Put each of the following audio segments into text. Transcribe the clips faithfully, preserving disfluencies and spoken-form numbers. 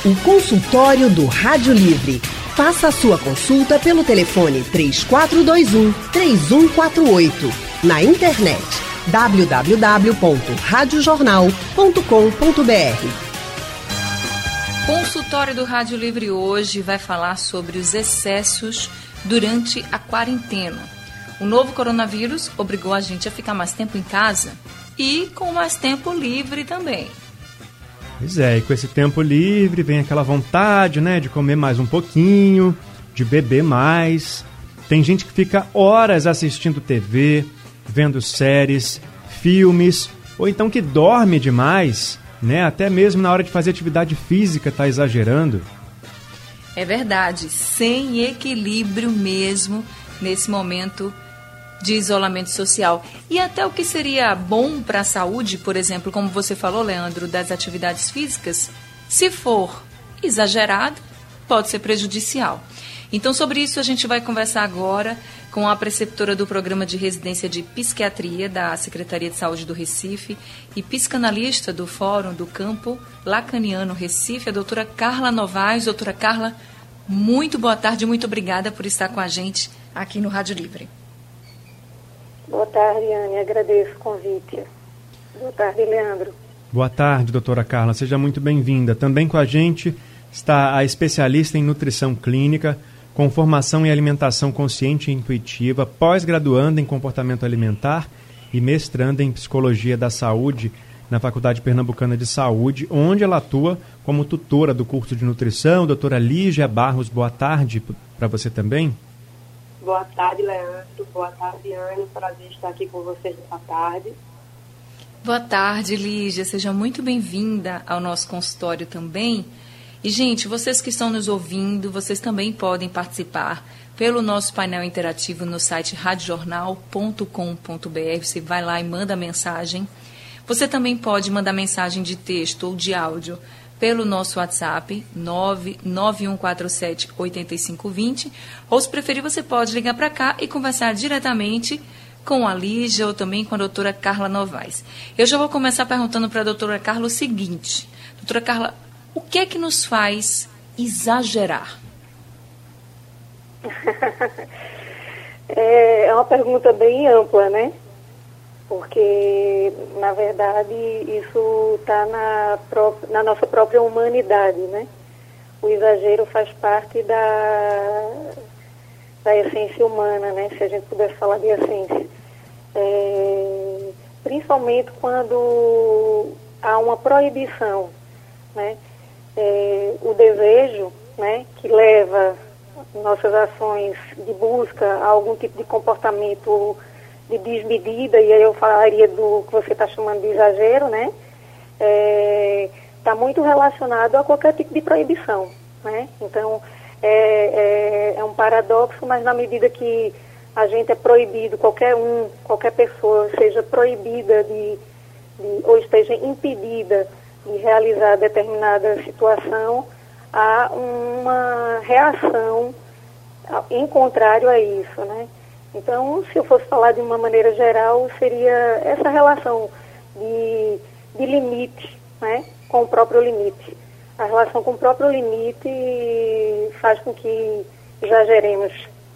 O consultório do Rádio Livre. Faça a sua consulta pelo telefone três quatro dois um, três um quatro oito. Na internet w w w ponto rádio jornal ponto com ponto b r. Consultório do Rádio Livre hoje vai falar sobre os excessos durante a quarentena. O novo coronavírus obrigou a gente a ficar mais tempo em casa e com mais tempo livre também. Pois é, e com esse tempo livre vem aquela vontade, né, de comer mais um pouquinho, de beber mais. Tem gente que fica horas assistindo T V, vendo séries, filmes, ou então que dorme demais, né, até mesmo na hora de fazer atividade física tá exagerando. É verdade, sem equilíbrio mesmo nesse momento de isolamento social. E até o que seria bom para a saúde, por exemplo, como você falou, Leandro, das atividades físicas, se for exagerado, pode ser prejudicial. Então, sobre isso, a gente vai conversar agora com a preceptora do Programa de Residência de Psiquiatria da Secretaria de Saúde do Recife e psicanalista do Fórum do Campo Lacaniano Recife, a doutora Carla Novaes. Doutora Carla, muito boa tarde, muito obrigada por estar com a gente aqui no Rádio Livre. Boa tarde, Anne. Agradeço o convite. Boa tarde, Leandro. Boa tarde, doutora Carla. Seja muito bem-vinda. Também com a gente está a especialista em nutrição clínica, com formação em alimentação consciente e intuitiva, pós-graduanda em comportamento alimentar e mestranda em psicologia da saúde na Faculdade Pernambucana de Saúde, onde ela atua como tutora do curso de nutrição. Doutora Lígia Barros, boa tarde para você também. Boa tarde, Leandro. Boa tarde, Anne. Prazer estar aqui com vocês nessa tarde. Boa tarde, Lígia. Seja muito bem-vinda ao nosso consultório também. E, gente, vocês que estão nos ouvindo, vocês também podem participar pelo nosso painel interativo no site rádio jornal ponto com ponto b r. Você vai lá e manda mensagem. Você também pode mandar mensagem de texto ou de áudio pelo nosso WhatsApp, nove nove um quatro sete oito cinco dois zero, ou se preferir, você pode ligar para cá e conversar diretamente com a Lígia ou também com a doutora Carla Novaes. Eu já vou começar perguntando para a doutora Carla o seguinte: doutora Carla, o que é que nos faz exagerar? É uma pergunta bem ampla, né? Porque, na verdade, isso está na, na nossa própria humanidade, né? O exagero faz parte da, da essência humana, né? Se a gente pudesse falar de essência. É, principalmente quando há uma proibição, né? É, o desejo, né, que leva nossas ações de busca a algum tipo de comportamento de desmedida, e aí eu falaria do que você está chamando de exagero, né? Está é, muito relacionado a qualquer tipo de proibição, né? Então, é, é, é um paradoxo, mas na medida que a gente é proibido, qualquer um, qualquer pessoa seja proibida de, de ou esteja impedida de realizar determinada situação, há uma reação em contrário a isso, né? Então, se eu fosse falar de uma maneira geral, seria essa relação de, de limite, né, com o próprio limite. A relação com o próprio limite faz com que exageremos.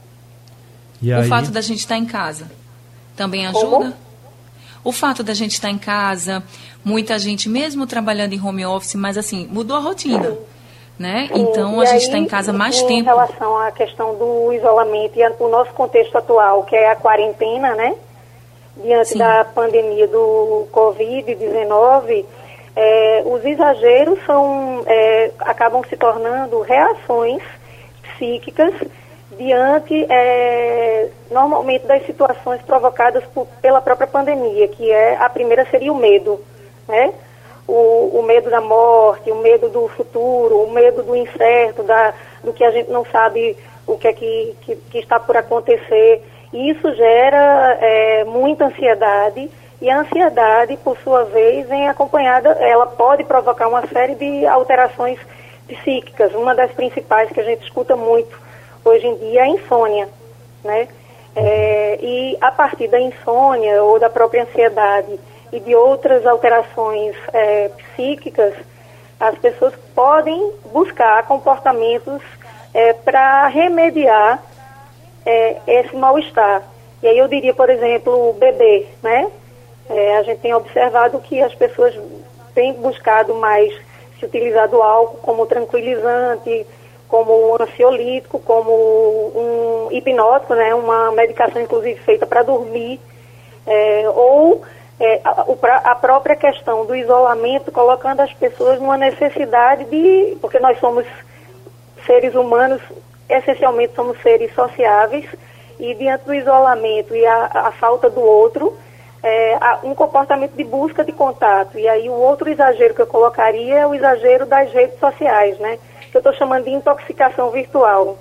E aí? O fato da gente estar em casa também ajuda? Como? O fato da gente estar em casa, muita gente mesmo trabalhando em home office, mas assim, mudou a rotina. Sim. Né? Então, e a gente aí, está em casa mais em tempo. Em relação à questão do isolamento e o nosso contexto atual, que é a quarentena, né? Diante Sim. da pandemia do covid dezenove, é, os exageros são, é, acabam se tornando reações psíquicas diante, é, normalmente, das situações provocadas por, pela própria pandemia, que é, a primeira seria o medo, né? O, o medo da morte, o medo do futuro, o medo do incerto, da, do que a gente não sabe o que é que, que, que está por acontecer. E isso gera é, muita ansiedade, e a ansiedade, por sua vez, vem acompanhada, ela pode provocar uma série de alterações psíquicas. Uma das principais que a gente escuta muito hoje em dia é a insônia, né? É, e a partir da insônia ou da própria ansiedade e de outras alterações é, psíquicas, as pessoas podem buscar comportamentos é, para remediar é, esse mal-estar. E aí eu diria, por exemplo, beber, né? É, a gente tem observado que as pessoas têm buscado mais se utilizar do álcool como tranquilizante, como um ansiolítico, como um hipnótico, né? Uma medicação, inclusive, feita para dormir, é, ou é, a, a própria questão do isolamento, colocando as pessoas numa necessidade de... Porque nós somos seres humanos, essencialmente somos seres sociáveis, e diante do isolamento e a, a falta do outro, é, um comportamento de busca de contato. E aí o outro exagero que eu colocaria é o exagero das redes sociais, né? Que eu estou chamando de intoxicação virtual.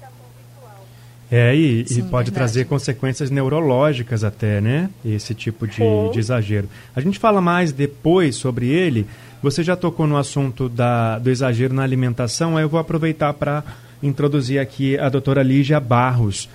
É, e, Sim, e pode verdade. trazer consequências neurológicas até, né? Esse tipo de, de exagero. A gente fala mais depois sobre ele. Você já tocou no assunto da, do exagero na alimentação, aí eu vou aproveitar para introduzir aqui a doutora Lígia Barros.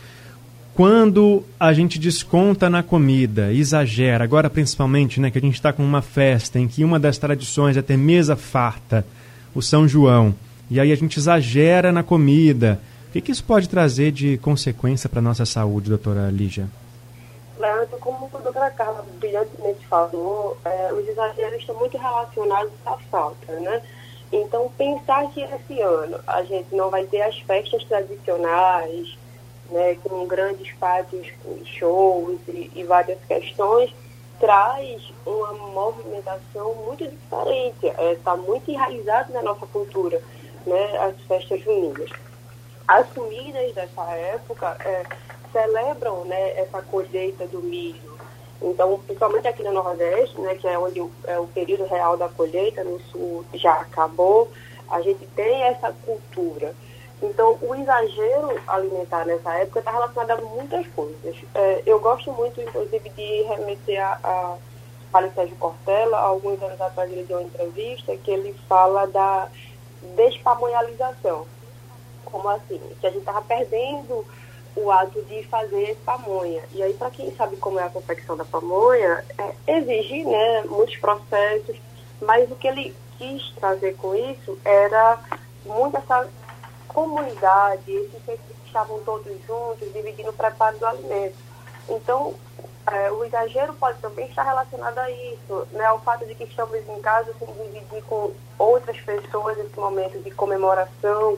Quando a gente desconta na comida, exagera, agora principalmente, né, que a gente está com uma festa em que uma das tradições é ter mesa farta, o São João, e aí a gente exagera na comida, o que, que isso pode trazer de consequência para a nossa saúde, doutora Lígia? Leandro, como a doutora Carla brilhantemente falou, é, os exageros estão muito relacionados à falta, né? Então, pensar que esse ano a gente não vai ter as festas tradicionais, né, com grandes pátios, shows e, e várias questões, traz uma movimentação muito diferente. Está é, muito enraizado na nossa cultura, né, as festas juninas. As comidas dessa época é, celebram, né, essa colheita do milho. Então, principalmente aqui no Nordeste, né, que é onde é o período real da colheita, no Sul já acabou, a gente tem essa cultura. Então, o exagero alimentar nessa época está relacionado a muitas coisas. É, eu gosto muito, inclusive, de remeter a, a Paulo Sérgio Cortella. Há alguns anos atrás ele deu uma entrevista que ele fala da despamonhalização. Como assim? Que a gente estava perdendo o ato de fazer pamonha. E aí, para quem sabe como é a confecção da pamonha, é, exige, né, muitos processos, mas o que ele quis trazer com isso era muito essa comunidade, esses que estavam todos juntos, dividindo o preparo do alimento. Então, é, o exagero pode também estar relacionado a isso, né, ao fato de que estamos em casa sem dividir com outras pessoas esse momento de comemoração,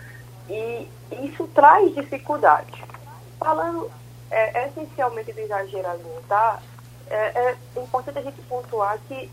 e isso traz dificuldade. Falando é, essencialmente do exagero alimentar, é, é importante a gente pontuar que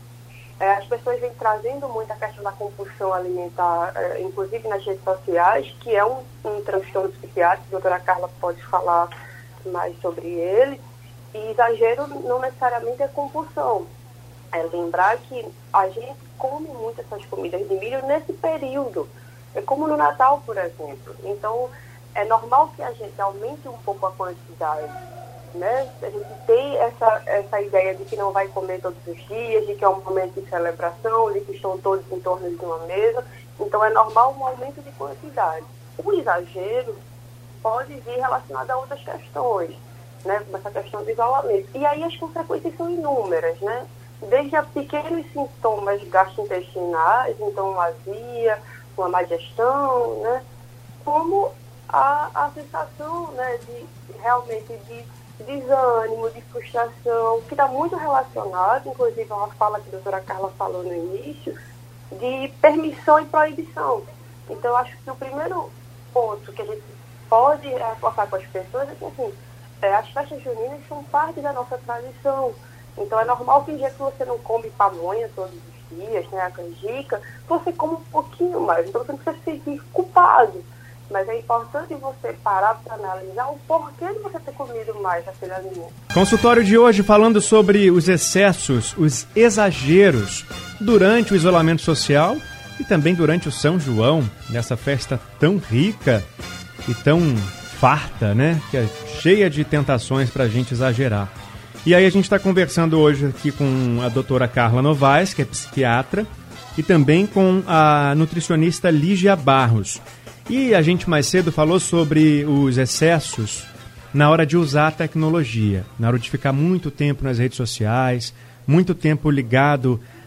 É, as pessoas vêm trazendo muito a questão da compulsão alimentar, é, inclusive nas redes sociais, que é um, um transtorno psiquiátrico, a doutora Carla pode falar mais sobre ele, e exagero não necessariamente é compulsão. É lembrar que a gente come muito essas comidas de milho nesse período, é como no Natal, por exemplo. Então, é normal que a gente aumente um pouco a quantidade, né? A gente tem essa, essa ideia de que não vai comer todos os dias, de que é um momento de celebração, de que estão todos em torno de uma mesa. Então, é normal um aumento de quantidade. O exagero pode vir relacionado a outras questões, né? Como essa questão do isolamento. E aí as consequências são inúmeras, né? Desde a pequenos sintomas gastrointestinais, então uma azia, uma má digestão, né? Como a, a sensação, né, de realmente de desânimo, de frustração, que está muito relacionado, inclusive a uma fala que a doutora Carla falou no início, de permissão e proibição. Então, eu acho que o primeiro ponto que a gente pode reforçar com as pessoas é que, assim, é, as festas juninas são parte da nossa tradição. Então, é normal que um dia que você não come pamonha todos os dias, né, a canjica, você come um pouquinho mais. Então, você não precisa se sentir culpado. Mas é importante você parar para analisar o porquê de você ter comido mais aquele alimento. Consultório de hoje falando sobre os excessos, os exageros durante o isolamento social e também durante o São João, nessa festa tão rica e tão farta, né? Que é cheia de tentações para a gente exagerar. E aí a gente está conversando hoje aqui com a doutora Carla Novaes, que é psiquiatra, e também com a nutricionista Lígia Barros. E a gente mais cedo falou sobre os excessos na hora de usar a tecnologia, na hora de ficar muito tempo nas redes sociais, muito tempo ligado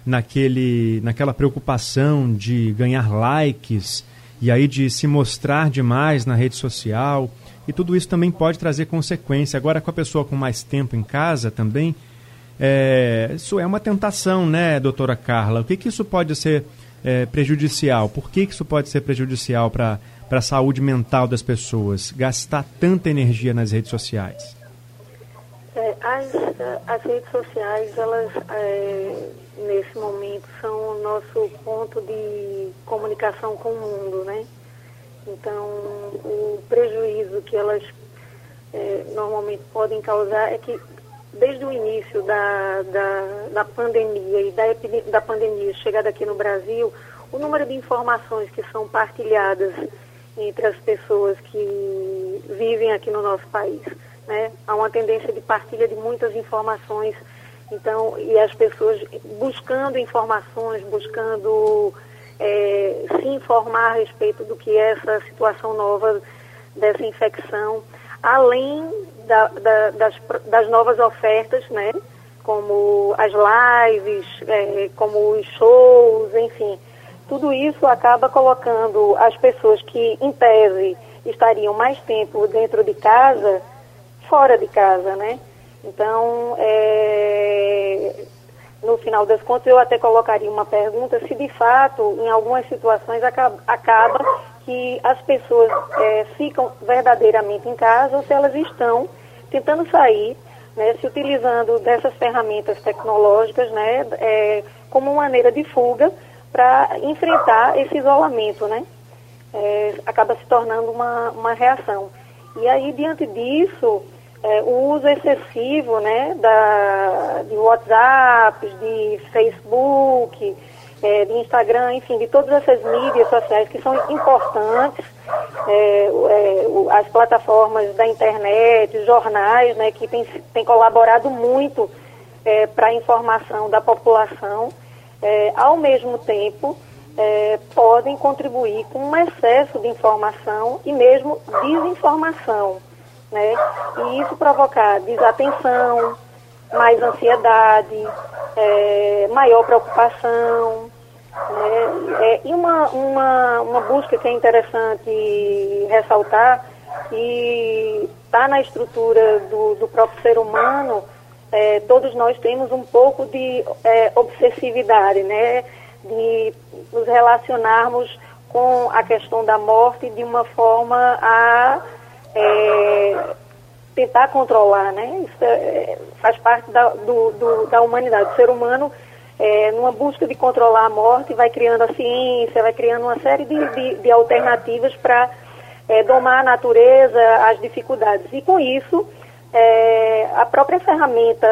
naquele, naquela preocupação de ganhar likes e aí de se mostrar demais na rede social, e tudo isso também pode trazer consequência. Agora, com a pessoa com mais tempo em casa também, é, isso é uma tentação, né, doutora Carla? O que, que isso pode ser é, prejudicial? Por que, que isso pode ser prejudicial para para a saúde mental das pessoas, gastar tanta energia nas redes sociais? É, as, as redes sociais, elas, é, nesse momento, são o nosso ponto de comunicação com o mundo, né? Então, o prejuízo que elas é, normalmente podem causar é que, desde o início da, da, da pandemia e da, epidemia, da pandemia chegada aqui no Brasil, o número de informações que são partilhadas entre as pessoas que vivem aqui no nosso país, né? Há uma tendência de partilha de muitas informações, então, e as pessoas buscando informações, buscando é, se informar a respeito do que é essa situação nova dessa infecção, além da, da, das, das novas ofertas, né? Como as lives, é, como os shows, enfim. Tudo isso acaba colocando as pessoas que, em tese, estariam mais tempo dentro de casa, fora de casa, né? Então, é... no final das contas, eu até colocaria uma pergunta se, de fato, em algumas situações, acaba, acaba que as pessoas é, ficam verdadeiramente em casa ou se elas estão tentando sair, né, se utilizando dessas ferramentas tecnológicas, né, é, como maneira de fuga, para enfrentar esse isolamento, né? É, acaba se tornando uma, uma reação. E aí, diante disso, é, o uso excessivo, né, da, de WhatsApp, de Facebook, é, de Instagram, enfim, de todas essas mídias sociais que são importantes, é, é, as plataformas da internet, os jornais, né, que têm tem colaborado muito é, para a informação da população. É, ao mesmo tempo, é, podem contribuir com um excesso de informação e mesmo desinformação, né? E isso provocar desatenção, mais ansiedade, é, maior preocupação, né? É, e uma, uma, uma busca que é interessante ressaltar, que está na estrutura do, do próprio ser humano. É, todos nós temos um pouco de é, obsessividade, né? De nos relacionarmos com a questão da morte de uma forma a é, tentar controlar, né? Isso é, faz parte da, do, do, da humanidade. O ser humano, é, numa busca de controlar a morte, vai criando a ciência, vai criando uma série de, de, de alternativas para é, domar a natureza, as dificuldades. E com isso, É, a própria ferramenta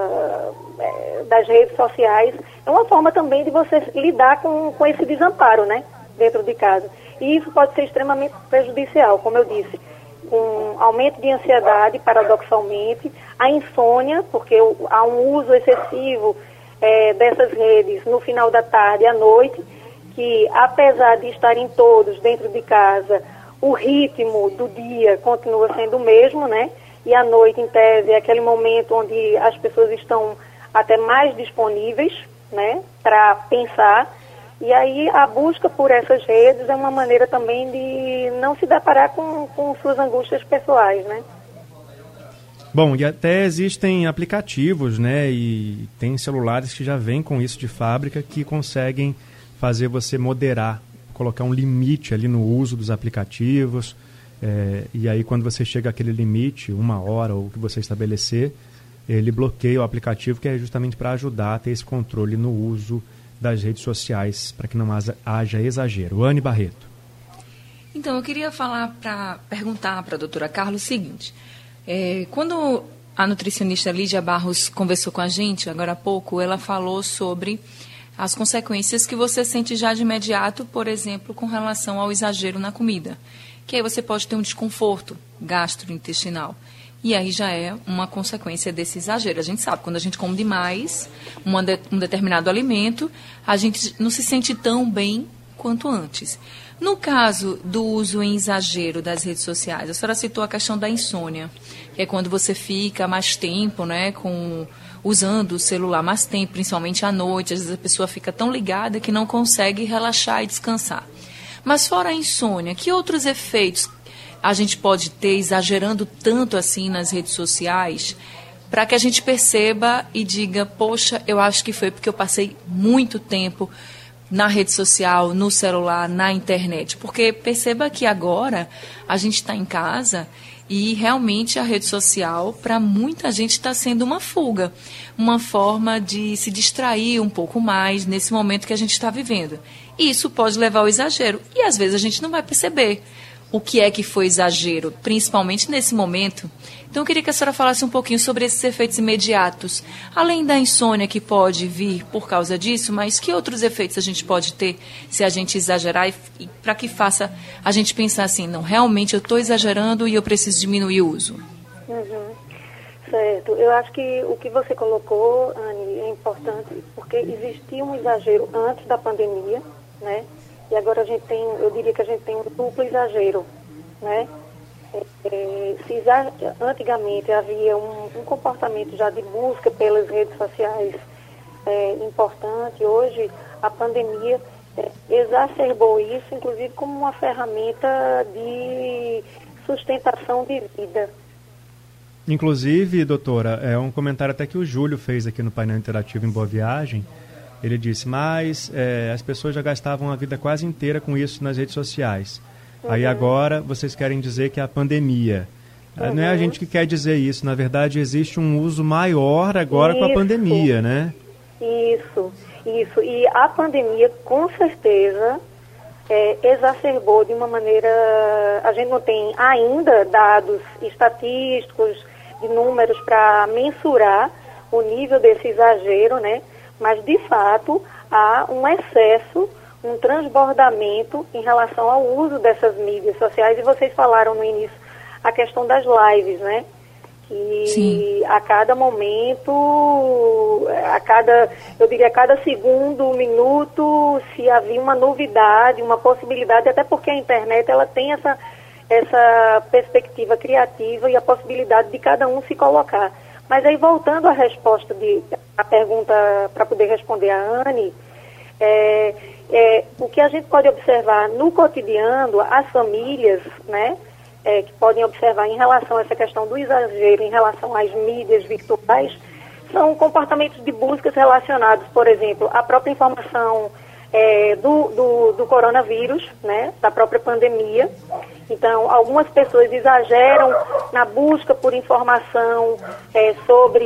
é, das redes sociais é uma forma também de você lidar com, com esse desamparo, né, dentro de casa. E isso pode ser extremamente prejudicial, como eu disse, com aumento de ansiedade, paradoxalmente, a insônia, porque há um uso excessivo é, dessas redes no final da tarde e à noite, que apesar de estarem todos dentro de casa, o ritmo do dia continua sendo o mesmo, né? E à noite, em tese, é aquele momento onde as pessoas estão até mais disponíveis, né, para pensar. E aí a busca por essas redes é uma maneira também de não se deparar com, com suas angústias pessoais, né? Bom, e até existem aplicativos, né, e tem celulares que já vêm com isso de fábrica, que conseguem fazer você moderar, colocar um limite ali no uso dos aplicativos. É, e aí quando você chega àquele limite, uma hora ou o que você estabelecer, ele bloqueia o aplicativo, que é justamente para ajudar a ter esse controle no uso das redes sociais, para que não haja, haja exagero. Anne Barreto. Então, eu queria falar para perguntar para a doutora Carla o seguinte, é, quando a nutricionista Lídia Barros conversou com a gente, agora há pouco, ela falou sobre as consequências que você sente já de imediato, por exemplo, com relação ao exagero na comida. Que aí você pode ter um desconforto gastrointestinal. E aí já é uma consequência desse exagero. A gente sabe, quando a gente come demais uma de, um determinado alimento, a gente não se sente tão bem quanto antes. No caso do uso em exagero das redes sociais, a senhora citou a questão da insônia, que é quando você fica mais tempo, né, com usando o celular mais tempo, principalmente à noite. Às vezes a pessoa fica tão ligada que não consegue relaxar e descansar. Mas fora a insônia, que outros efeitos a gente pode ter exagerando tanto assim nas redes sociais, para que a gente perceba e diga, poxa, eu acho que foi porque eu passei muito tempo na rede social, no celular, na internet. Porque perceba que agora a gente está em casa e realmente a rede social, para muita gente, está sendo uma fuga, uma forma de se distrair um pouco mais nesse momento que a gente está vivendo. E isso pode levar ao exagero. E às vezes a gente não vai perceber o que é que foi exagero, principalmente nesse momento. Então eu queria que a senhora falasse um pouquinho sobre esses efeitos imediatos, além da insônia que pode vir por causa disso, mas que outros efeitos a gente pode ter se a gente exagerar, e, e para que faça a gente pensar assim, não, realmente eu estou exagerando e eu preciso diminuir o uso. Uhum. Certo. Eu acho que o que você colocou, Anne, é importante, porque existia um exagero antes da pandemia, né? E agora a gente tem, eu diria que a gente tem um duplo exagero, né? É, é, se exa- antigamente havia um, um comportamento já de busca pelas redes sociais é, importante, hoje a pandemia é, exacerbou isso, inclusive como uma ferramenta de sustentação de vida. Inclusive, doutora, é um comentário até que o Júlio fez aqui no painel interativo em Boa Viagem. Ele disse, mas é, as pessoas já gastavam a vida quase inteira com isso nas redes sociais. Uhum. Aí agora vocês querem dizer que é a pandemia. Uhum. Não é a gente que quer dizer isso. Na verdade, existe um uso maior agora isso. com a pandemia, né? Isso, isso. E a pandemia, com certeza, é, exacerbou de uma maneira... A gente não tem ainda dados estatísticos, de números para mensurar o nível desse exagero, né? Mas, de fato, há um excesso, um transbordamento em relação ao uso dessas mídias sociais. E vocês falaram no início a questão das lives, né? Que Sim. a cada momento, a cada, eu diria, a cada segundo, minuto, se havia uma novidade, uma possibilidade, até porque a internet ela tem essa, essa perspectiva criativa e a possibilidade de cada um se colocar. Mas aí, voltando à resposta, de, a pergunta para poder responder a Anne, é, é, o que a gente pode observar no cotidiano, as famílias, né, é, que podem observar em relação a essa questão do exagero, em relação às mídias virtuais, são comportamentos de buscas relacionados, por exemplo, à própria informação é, do, do, do coronavírus, né, da própria pandemia. Então, algumas pessoas exageram na busca por informação é, sobre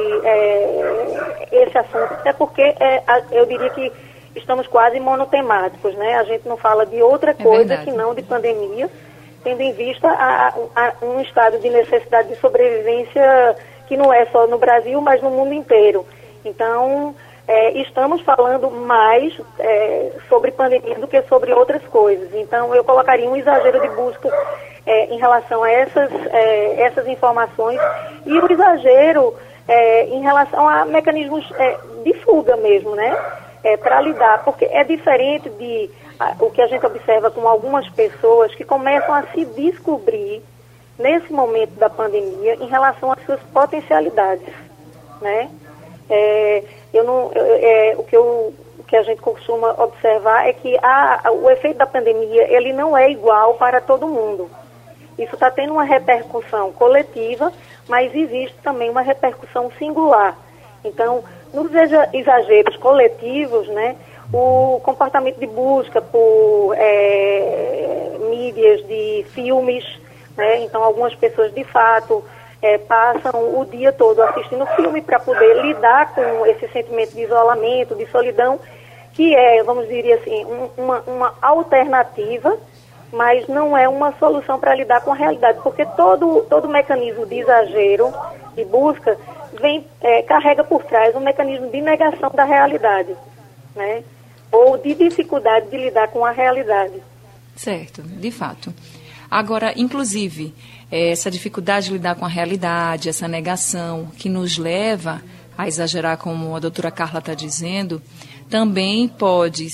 é, esse assunto, até porque é, eu diria que estamos quase monotemáticos, né? A gente não fala de outra coisa é que não de pandemia, tendo em vista a, a, um estado de necessidade de sobrevivência que não é só no Brasil, mas no mundo inteiro. Então, é, estamos falando mais é, sobre pandemia do que sobre outras coisas. Então, eu colocaria um exagero de busca é, em relação a essas, é, essas informações e o exagero é, em relação a mecanismos é, de fuga mesmo, né? É, para lidar, porque é diferente de a, o que a gente observa com algumas pessoas que começam a se descobrir nesse momento da pandemia em relação às suas potencialidades, né? É, eu não, eu, é, o, que eu, o que a gente costuma observar é que a, a, o efeito da pandemia ele não é igual para todo mundo. Isso está tendo uma repercussão coletiva, mas existe também uma repercussão singular. Então, nos exageros coletivos, né, o comportamento de busca por é, mídias de filmes, né, então algumas pessoas de fato é, passam o dia todo assistindo filme para poder lidar com esse sentimento de isolamento, de solidão, que é, vamos dizer assim, um, uma, uma alternativa, mas não é uma solução para lidar com a realidade, porque todo, todo mecanismo de exagero, de busca, vem, é, carrega por trás um mecanismo de negação da realidade, né? Ou de dificuldade de lidar com a realidade. Certo, de fato. Agora, inclusive, essa dificuldade de lidar com a realidade, essa negação que nos leva a exagerar, como a doutora Carla está dizendo, também pode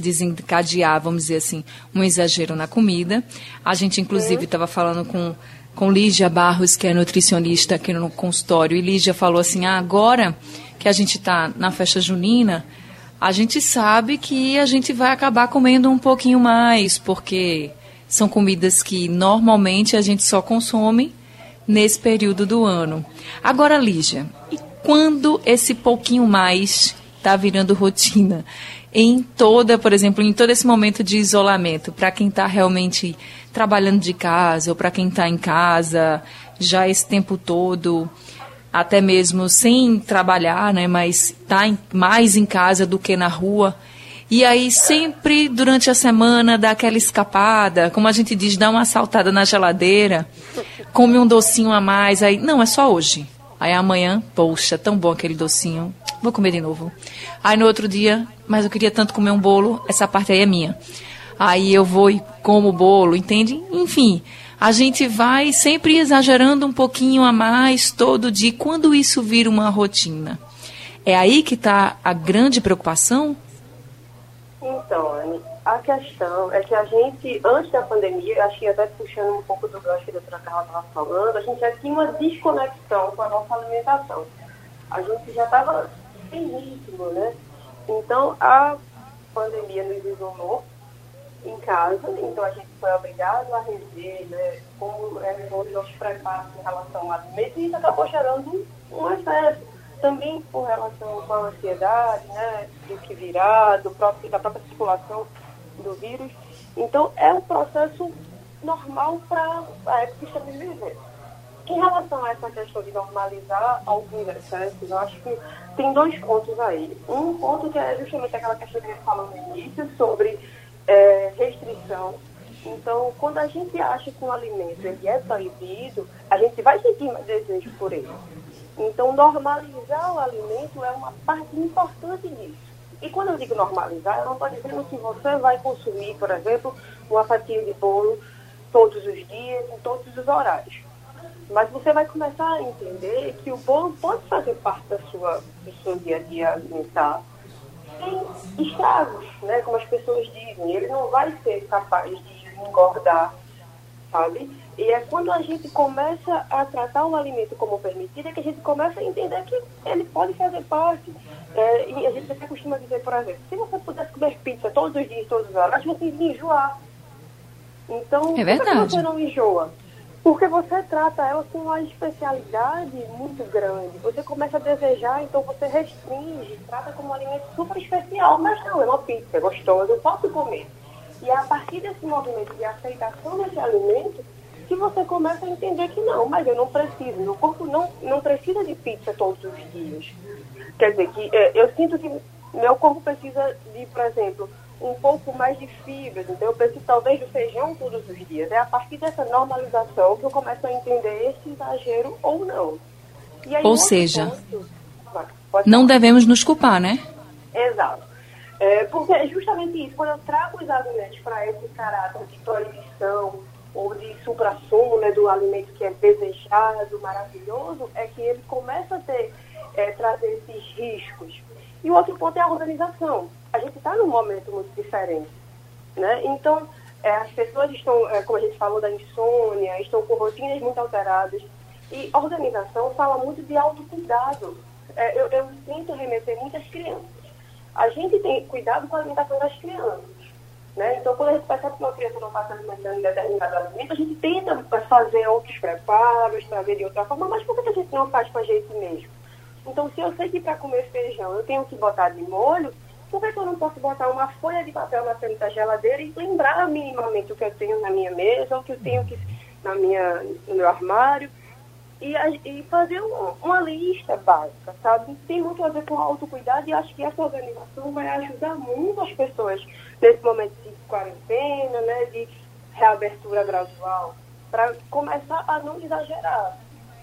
desencadear, vamos dizer assim, um exagero na comida. A gente, inclusive, estava falando com... com Lígia Barros, que é nutricionista aqui no consultório, e Lígia falou assim, ah, agora que a gente está na festa junina, a gente sabe que a gente vai acabar comendo um pouquinho mais, porque são comidas que normalmente a gente só consome nesse período do ano. Agora, Lígia, e quando esse pouquinho mais está virando rotina? Em toda, por exemplo, em todo esse momento de isolamento, para quem está realmente trabalhando de casa, ou para quem está em casa já esse tempo todo, até mesmo sem trabalhar, né, mas está mais em casa do que na rua, e aí sempre durante a semana dá aquela escapada, como a gente diz, dá uma saltada na geladeira, come um docinho a mais, aí, não, é só hoje. Aí amanhã, poxa, tão bom aquele docinho, vou comer de novo. Aí no outro dia, mas eu queria tanto comer um bolo, essa parte aí é minha. Aí eu vou e como o bolo, entende? Enfim, a gente vai sempre exagerando um pouquinho a mais todo dia. Quando isso vira uma rotina, é aí que está a grande preocupação? Então, Anne, a questão é que a gente, antes da pandemia, acho que até puxando um pouco do gancho que a doutora Carla estava falando, a gente já tinha uma desconexão com a nossa alimentação. A gente já estava sem ritmo, né? Então, a pandemia nos isolou em casa, então a gente foi obrigado a rever, né, como é, os nossos preparos em relação ao alimento, e isso acabou gerando um excesso. Também por relação com a ansiedade, né, do que virá, do próprio, da própria circulação do vírus. Então, é um processo normal para a época que estamos vivendo. Em relação a essa questão de normalizar alguns excessos, eu acho que tem dois pontos aí. Um ponto que é justamente aquela questão que a gente falou no início, sobre é, restrição. Então, quando a gente acha que um alimento ele é proibido, a gente vai sentir mais desejo por ele. Então, normalizar o alimento é uma parte importante disso. E quando eu digo normalizar, eu não estou dizendo que você vai consumir, por exemplo, uma fatia de bolo todos os dias, em todos os horários. Mas você vai começar a entender que o bolo pode fazer parte da sua, do seu dia a dia alimentar sem estragos, né? Como as pessoas dizem. Ele não vai ser capaz de engordar, sabe? E é quando a gente começa a tratar o alimento como permitido, é que a gente começa a entender que ele pode fazer parte. É, e a gente até costuma dizer, por exemplo, se você pudesse comer pizza todos os dias, todos os horas, você ia enjoar. Então, é verdade. Por que você não enjoa? Porque você trata ela com uma especialidade muito grande. Você começa a desejar, então você restringe, trata como um alimento super especial. Mas não, é uma pizza, é gostosa, eu posso comer. E é a partir desse movimento de aceitação desse alimento que você começa a entender que não, mas eu não preciso, meu corpo não, não precisa de pizza todos os dias. Quer dizer, que é, eu sinto que meu corpo precisa de, por exemplo, um pouco mais de fibras, então eu preciso talvez do feijão todos os dias. É a partir dessa normalização que eu começo a entender esse exagero ou não. E aí, ou seja, ponto, não devemos nos culpar, né? Exato. É, porque é justamente isso, quando eu trago os alimentos para esse caráter de proibição ou de supra-sumo, né, do alimento que é desejado, maravilhoso, é que ele começa a ter, é, trazer esses riscos. E o outro ponto é a organização. A gente está num momento muito diferente, né? Então, é, as pessoas estão, é, como a gente falou da insônia, estão com rotinas muito alteradas. E organização fala muito de autocuidado. É, eu, eu tento remeter muitas crianças. A gente tem cuidado com a alimentação das crianças, né? Então, quando a gente percebe que uma criança não está se alimentando em determinado alimento, a gente tenta fazer outros preparos, para ver de outra forma, mas por que a gente não faz com a gente mesmo? Então, se eu sei que para comer feijão eu tenho que botar de molho, por que eu não posso botar uma folha de papel na frente da geladeira e lembrar minimamente o que eu tenho na minha mesa, o que eu tenho que, na minha, no meu armário, e, e fazer uma, uma lista básica, sabe? Tem muito a ver com autocuidado e acho que essa organização vai ajudar muito as pessoas nesse momento de quarentena, né, de reabertura gradual, para começar a não exagerar.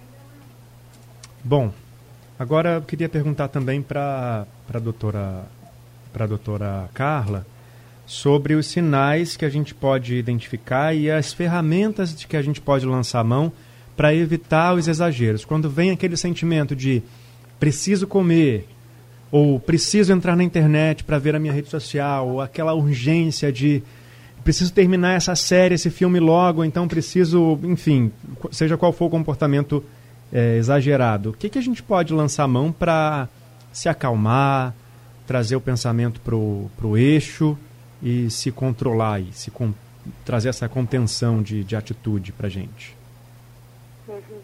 Bom, agora eu queria perguntar também para a doutora, para a doutora Carla sobre os sinais que a gente pode identificar e as ferramentas de que a gente pode lançar a mão para evitar os exageros. Quando vem aquele sentimento de preciso comer, ou preciso entrar na internet para ver a minha rede social, ou aquela urgência de preciso terminar essa série, esse filme logo, então preciso, enfim, seja qual for o comportamento é, exagerado. O que, que a gente pode lançar a mão para se acalmar, trazer o pensamento para o eixo e se controlar, e se con- trazer essa contenção de, de atitude para a gente? Uhum.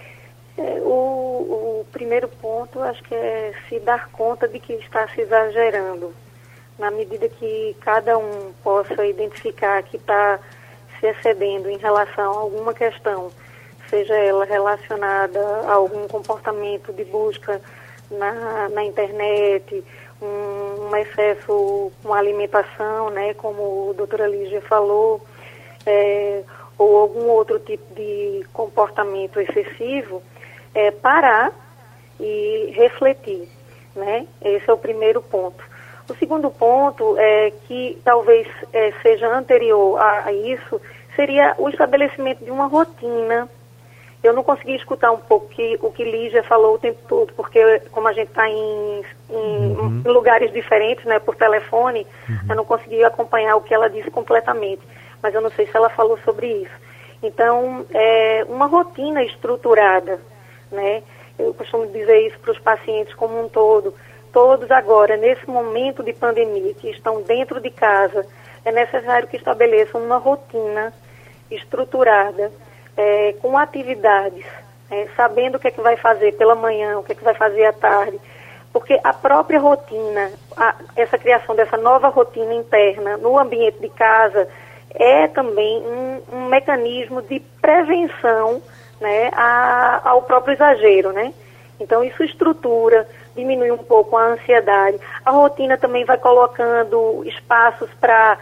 É, o, o primeiro ponto, acho que é se dar conta de que está se exagerando. Na medida que cada um possa identificar que está se excedendo em relação a alguma questão, seja ela relacionada a algum comportamento de busca na, na internet, um, um excesso com a alimentação, né, como a doutora Lígia falou, é, ou algum outro tipo de comportamento excessivo, é, parar e refletir, né? Esse é o primeiro ponto. O segundo ponto, é, que talvez é, seja anterior a, a isso, seria o estabelecimento de uma rotina. Eu não consegui escutar um pouco que, o que Lígia falou o tempo todo, porque como a gente está em, em, uhum. em lugares diferentes, né, por telefone, uhum. eu não consegui acompanhar o que ela disse completamente. Mas eu não sei se ela falou sobre isso. Então, é uma rotina estruturada, né? Eu costumo dizer isso para os pacientes como um todo. Todos agora, nesse momento de pandemia, que estão dentro de casa, é necessário que estabeleçam uma rotina estruturada, é, com atividades, é, sabendo o que é que vai fazer pela manhã, o que é que vai fazer à tarde, porque a própria rotina, a, essa criação dessa nova rotina interna no ambiente de casa é também um, um mecanismo de prevenção, né, a, ao próprio exagero, né? Então isso estrutura, diminui um pouco a ansiedade. A rotina também vai colocando espaços para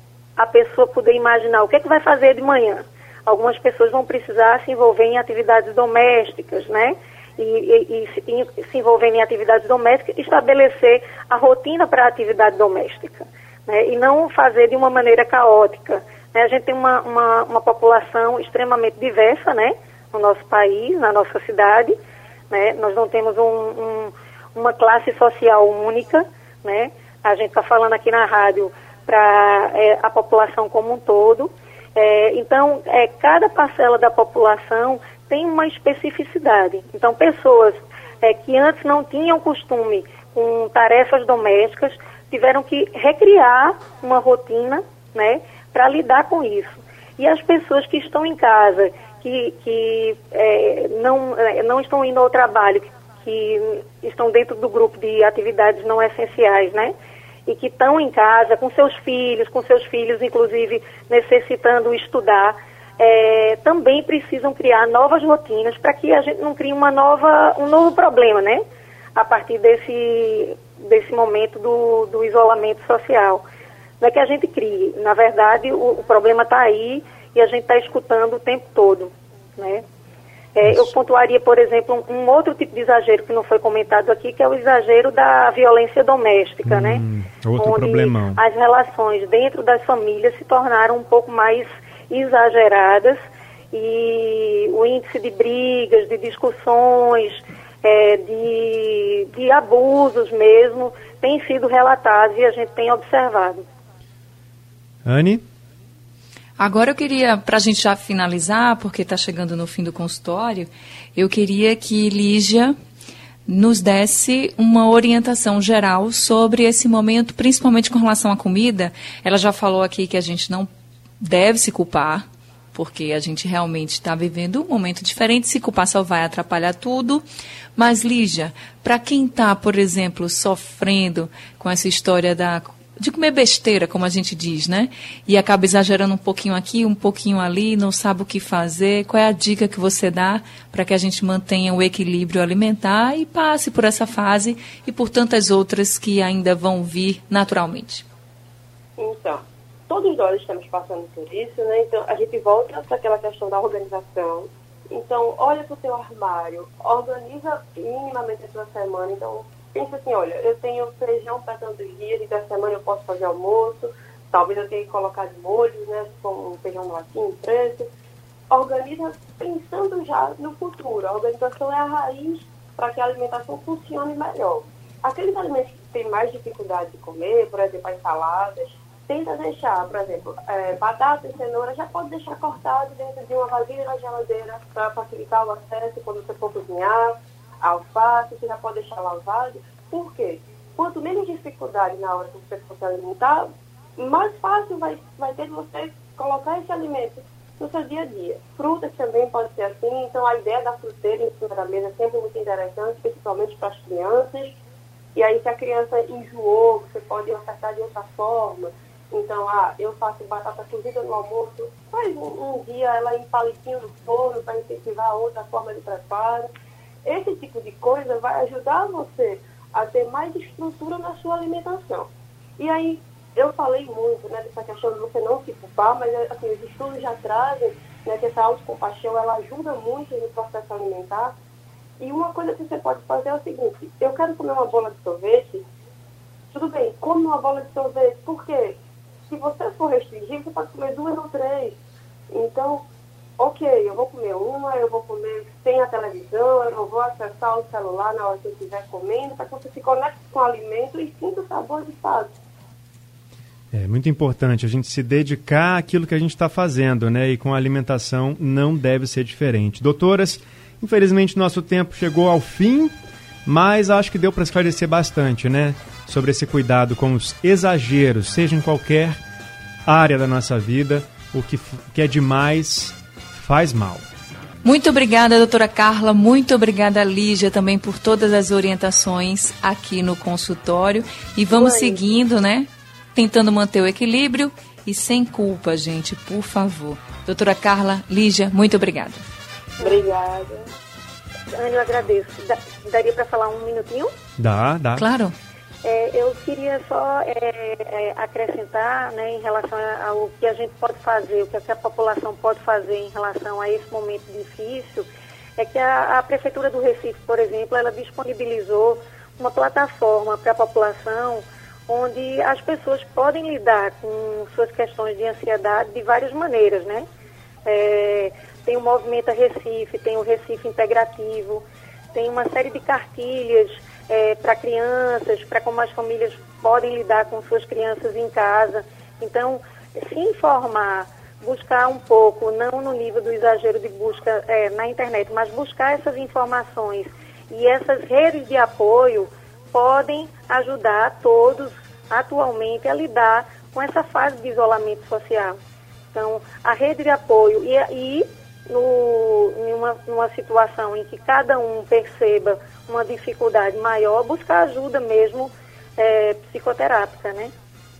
a pessoa poder imaginar o que é que vai fazer de manhã. Algumas pessoas vão precisar se envolver em atividades domésticas, né? E, e, e, e se envolver em atividades domésticas, estabelecer a rotina para a atividade doméstica, né? E não fazer de uma maneira caótica, né? A gente tem uma, uma, uma população extremamente diversa, né? No nosso país, na nossa cidade, né? Nós não temos um, um, uma classe social única, né? A gente está falando aqui na rádio para é, a população como um todo. É, então, é, cada parcela da população tem uma especificidade. Então, pessoas é, que antes não tinham costume com tarefas domésticas tiveram que recriar uma rotina, né, para lidar com isso. E as pessoas que estão em casa, que, que é, não, é, não estão indo ao trabalho, que, que estão dentro do grupo de atividades não essenciais, né? E que estão em casa com seus filhos, com seus filhos, inclusive, necessitando estudar, é, também precisam criar novas rotinas para que a gente não crie uma nova, um novo problema, né? A partir desse, desse momento do, do isolamento social. Não é que a gente crie, na verdade, o, o problema está aí e a gente está escutando o tempo todo, né? É, eu pontuaria, por exemplo, um, um outro tipo de exagero que não foi comentado aqui, que é o exagero da violência doméstica, hum, né? Outro onde problemão. As relações dentro das famílias se tornaram um pouco mais exageradas e o índice de brigas, de discussões, é, de, de abusos mesmo, tem sido relatado e a gente tem observado. Anne? Agora eu queria, para a gente já finalizar, porque está chegando no fim do consultório, eu queria que Lígia nos desse uma orientação geral sobre esse momento, principalmente com relação à comida. Ela já falou aqui que a gente não deve se culpar, porque a gente realmente está vivendo um momento diferente, se culpar só vai atrapalhar tudo. Mas, Lígia, para quem está, por exemplo, sofrendo com essa história da... de comer besteira, como a gente diz, né? E acaba exagerando um pouquinho aqui, um pouquinho ali, não sabe o que fazer. Qual é a dica que você dá para que a gente mantenha o equilíbrio alimentar e passe por essa fase e por tantas outras que ainda vão vir naturalmente? Então, todos nós estamos passando por isso, né? Então, a gente volta para aquela questão da organização. Então, olha para o seu armário, organiza minimamente a sua semana. Então, pensa assim, olha, eu tenho feijão para tantos dias, e da semana eu posso fazer almoço, talvez eu tenha que colocar de molhos, né, com feijão no latim, preço. Organiza pensando já no futuro. A organização é a raiz para que a alimentação funcione melhor. Aqueles alimentos que têm mais dificuldade de comer, por exemplo, as saladas, tenta deixar, por exemplo, é, batata e cenoura já pode deixar cortado dentro de uma vasilha na geladeira para facilitar o acesso quando você for cozinhar. Alface, você já pode deixar lavado. Por quê? Quanto menos dificuldade na hora que você for se alimentar, mais fácil vai, vai ter de você colocar esse alimento no seu dia a dia. Frutas também pode ser assim, então a ideia da fruteira em cima da mesa é sempre muito interessante, principalmente para as crianças. E aí se a criança enjoou, você pode ofertar de outra forma. Então, ah, eu faço batata cozida no almoço, faz um, um dia ela em palitinho no forno para incentivar outra forma de preparo. Esse tipo de coisa vai ajudar você a ter mais estrutura na sua alimentação. E aí, eu falei muito, né, dessa questão de você não se culpar, mas assim, os estudos já trazem, né, que essa autocompaixão, ela ajuda muito no processo alimentar. E uma coisa que você pode fazer é o seguinte: eu quero comer uma bola de sorvete, tudo bem, come uma bola de sorvete, por quê? Se você for restringir, você pode comer duas ou três. Então, ok, eu vou comer uma, eu vou comer sem a televisão, eu não vou acessar o celular na hora que eu estiver comendo, para que você se conecte com o alimento e sinta o sabor de fato. É muito importante a gente se dedicar àquilo que a gente está fazendo, né? E com a alimentação não deve ser diferente. Doutoras, infelizmente nosso tempo chegou ao fim, mas acho que deu para esclarecer bastante, né? Sobre esse cuidado com os exageros, seja em qualquer área da nossa vida, o que, que é demais faz mal. Muito obrigada, doutora Carla, muito obrigada, Lígia, também por todas as orientações aqui no consultório. E vamos Oi. seguindo, né? Tentando manter o equilíbrio e sem culpa, gente, por favor. Doutora Carla, Lígia, muito obrigada. Obrigada. Ana, eu agradeço. Daria para falar um minutinho? Dá, dá. Claro. É, eu queria só é, é, acrescentar, né, em relação ao que a gente pode fazer, o que a população pode fazer em relação a esse momento difícil, é que a, a Prefeitura do Recife, por exemplo, ela disponibilizou uma plataforma para a população onde as pessoas podem lidar com suas questões de ansiedade de várias maneiras, né? É, tem o Movimento Recife, tem o Recife Integrativo, tem uma série de cartilhas É, para crianças, para como as famílias podem lidar com suas crianças em casa. Então, se informar, buscar um pouco, não no nível do exagero de busca é, na internet, mas buscar essas informações e essas redes de apoio podem ajudar todos atualmente a lidar com essa fase de isolamento social. Então, a rede de apoio e, e no, em uma, numa situação em que cada um perceba uma dificuldade maior, buscar ajuda mesmo é, psicoterápica, né?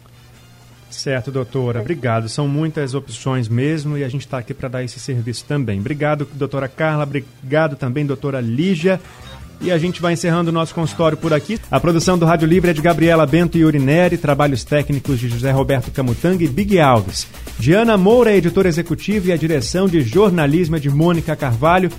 Certo, doutora. É. Obrigado. São muitas opções mesmo e a gente está aqui para dar esse serviço também. Obrigado, doutora Carla. Obrigado também, doutora Lígia. E a gente vai encerrando o nosso consultório por aqui. A produção do Rádio Livre é de Gabriela Bento e Urineri, trabalhos técnicos de José Roberto Camutanga e Big Alves. Diana Moura, editora executiva, e a direção de jornalismo é de Mônica Carvalho.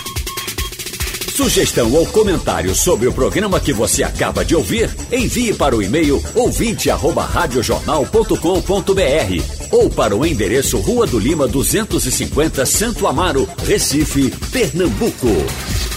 Sugestão ou comentário sobre o programa que você acaba de ouvir, envie para o e-mail ouvinte arroba radiojornal ponto com ponto br ou para o endereço Rua do Lima duzentos e cinquenta, Santo Amaro, Recife, Pernambuco.